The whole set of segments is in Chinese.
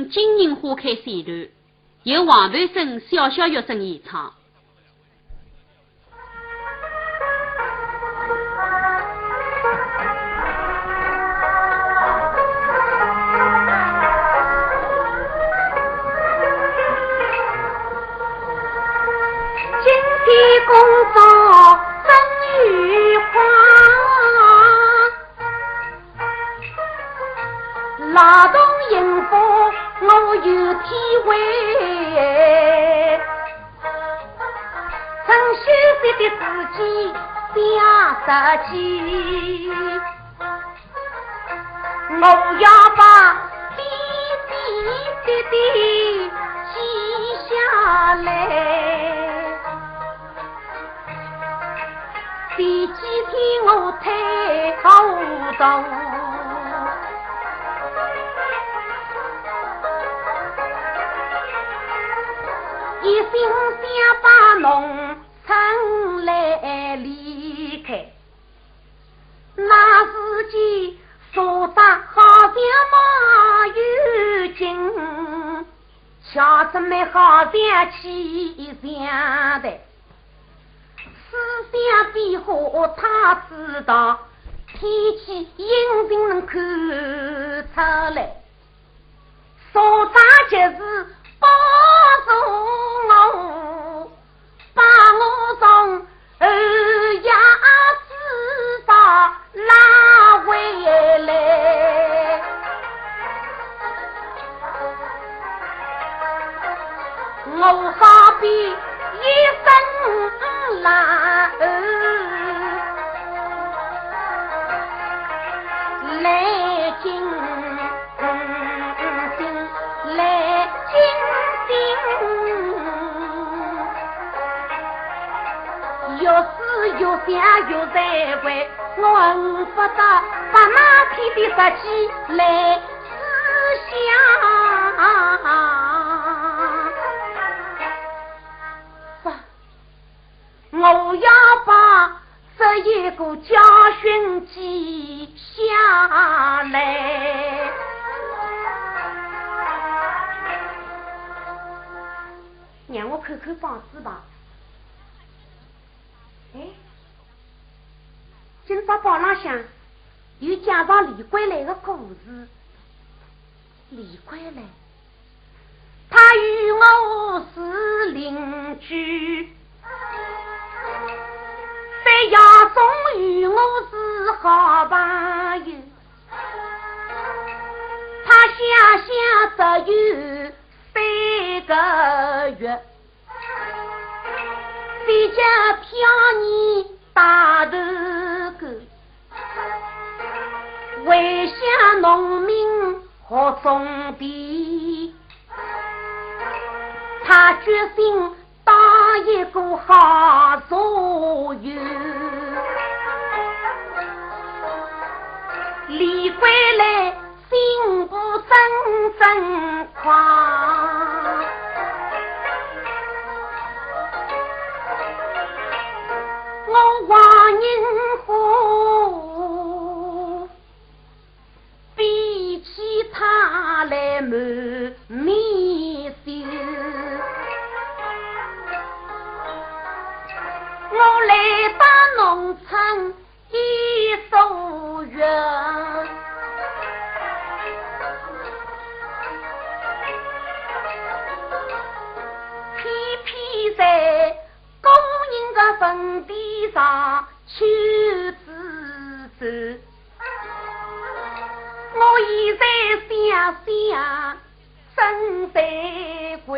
声金银花开线段，由黄培生小小乐声演唱。 工作真愉快，劳动幸福我有体会，曾休息的自己想实际，我要把点点滴滴记下来，第几天我抬头动，一心想把农村来离开，那时间说得好像马有劲，瞧着没好像气象的。思想变化他知道，天气阴晴能看出来，所长就是帮助我，把我从后牙知道拉回来，我好比一生来进来进越思越想越在回，我恨不得把那天的日记来思想，我要把这一个教训记下来。让我看看报纸吧。哎，今朝报浪向有介绍李桂来的故事。李桂来，他与我是邻居，非要总与我是好朋友。他想只有3个月，比较漂你大头狗，为想农民学种地，他决心当一个好作友。李桂来心不真真狂，我望人火比起他来满面羞，我来到农村一数月，偏偏在工人的坟地上求自走，我现在想真得归，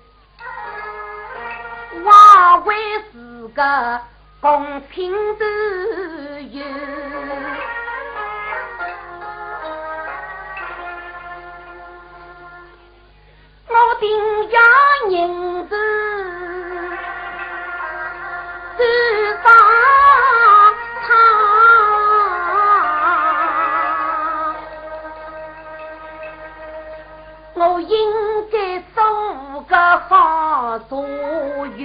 我为自个公平都有，我定要认得多少他，我应该做个好作友。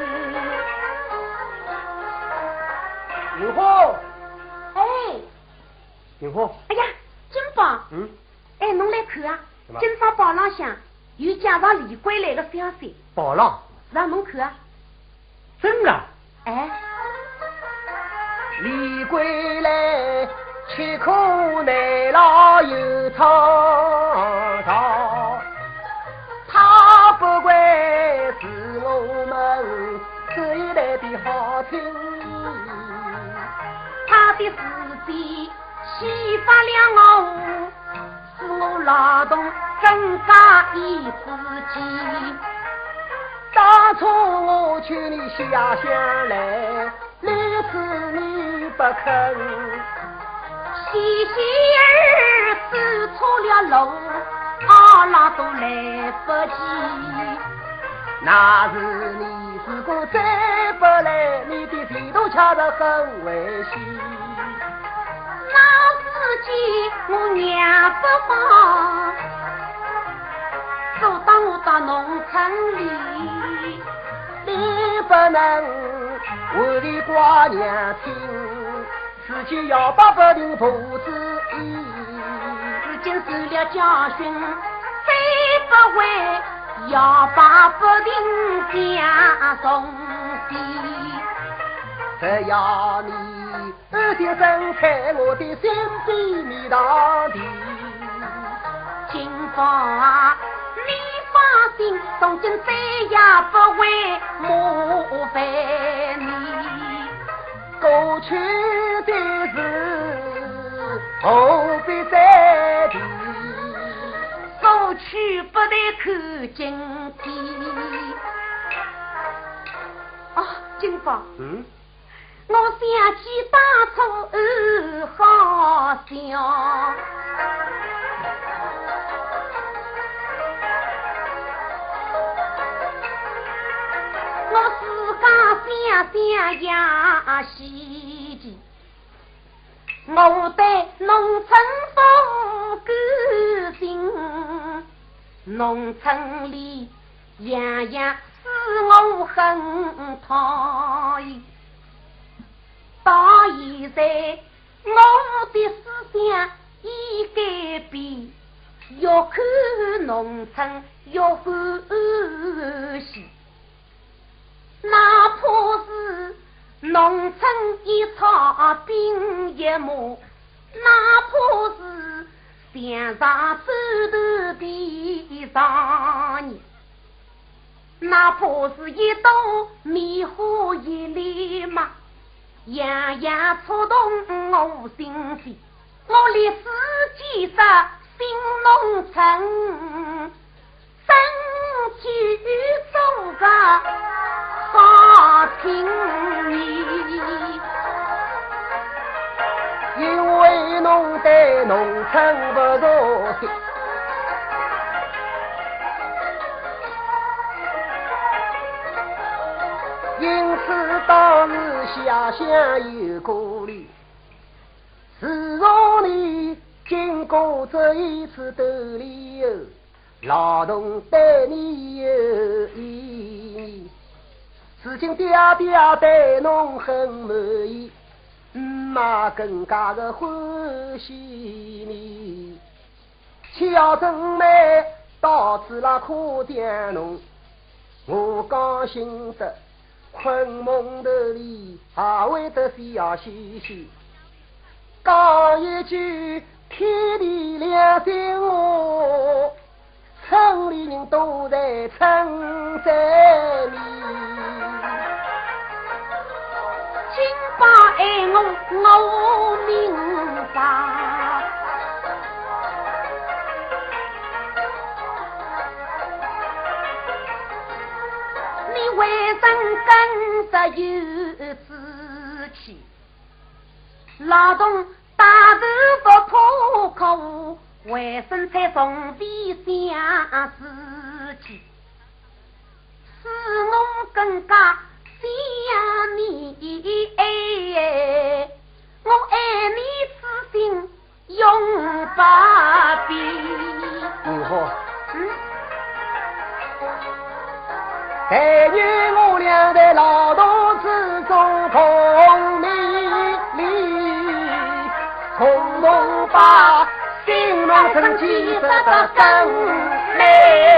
云虎， 哎， 云虎， 哎呀，金宝， 嗯， 哎，侬来看啊， 今朝报浪向有介绍李归来的消息。 报浪？ 让侬看啊。 真的？ 哎。 李归来，吃苦耐劳又沧桑，他不会是我们这一代的好青年。 他的事迹启发了我，使我劳动增加一自己。 当初我劝你下乡来，屡次你不肯， 细细儿走错了路，阿拉都来不及。 那是你如果再不来，你的前途恰实很危险。 那时间我娘不放，就当我到农村里， 你不能为的寡娘听，自己要把不定父子意。 如今受了教训，再不会要把不定家送的。 只要你二先生在我的身边面堂的， 金芳啊，你放心，从今再也不会麻烦你。 过去的事何必再提， 过去不得看今天。啊，金芳。我想起当初好笑，我自家想呀稀奇，我对农村不甘心，农村里样样使我很讨厌。到现在我的思想已改变，越看农村越欢喜，哪怕是农村一草兵一马，哪怕是墙上走头的上人，哪怕是一朵棉花一粒嘛，样样触动我心弦。我立志建设新农村，争取做个好青年。 因为侬对农村不熟悉，因此当时下乡有顾虑。自从你经过这一次斗理后，劳动对你有意义，如今爹爹对侬很满意，妈更加的欢喜你。小真妹到处啦夸奖侬，我高兴得困梦头里还会得笑嘻嘻。讲一句天地良心话，村里人都在称赞你。 金宝爱我明白，你为人跟着有志气，劳动大头不怕苦，为生才从地想自己，使我更加想你，我爱你此心永不变。 好。但愿我俩在劳动之中同勉励，共同把新农生气色的更美。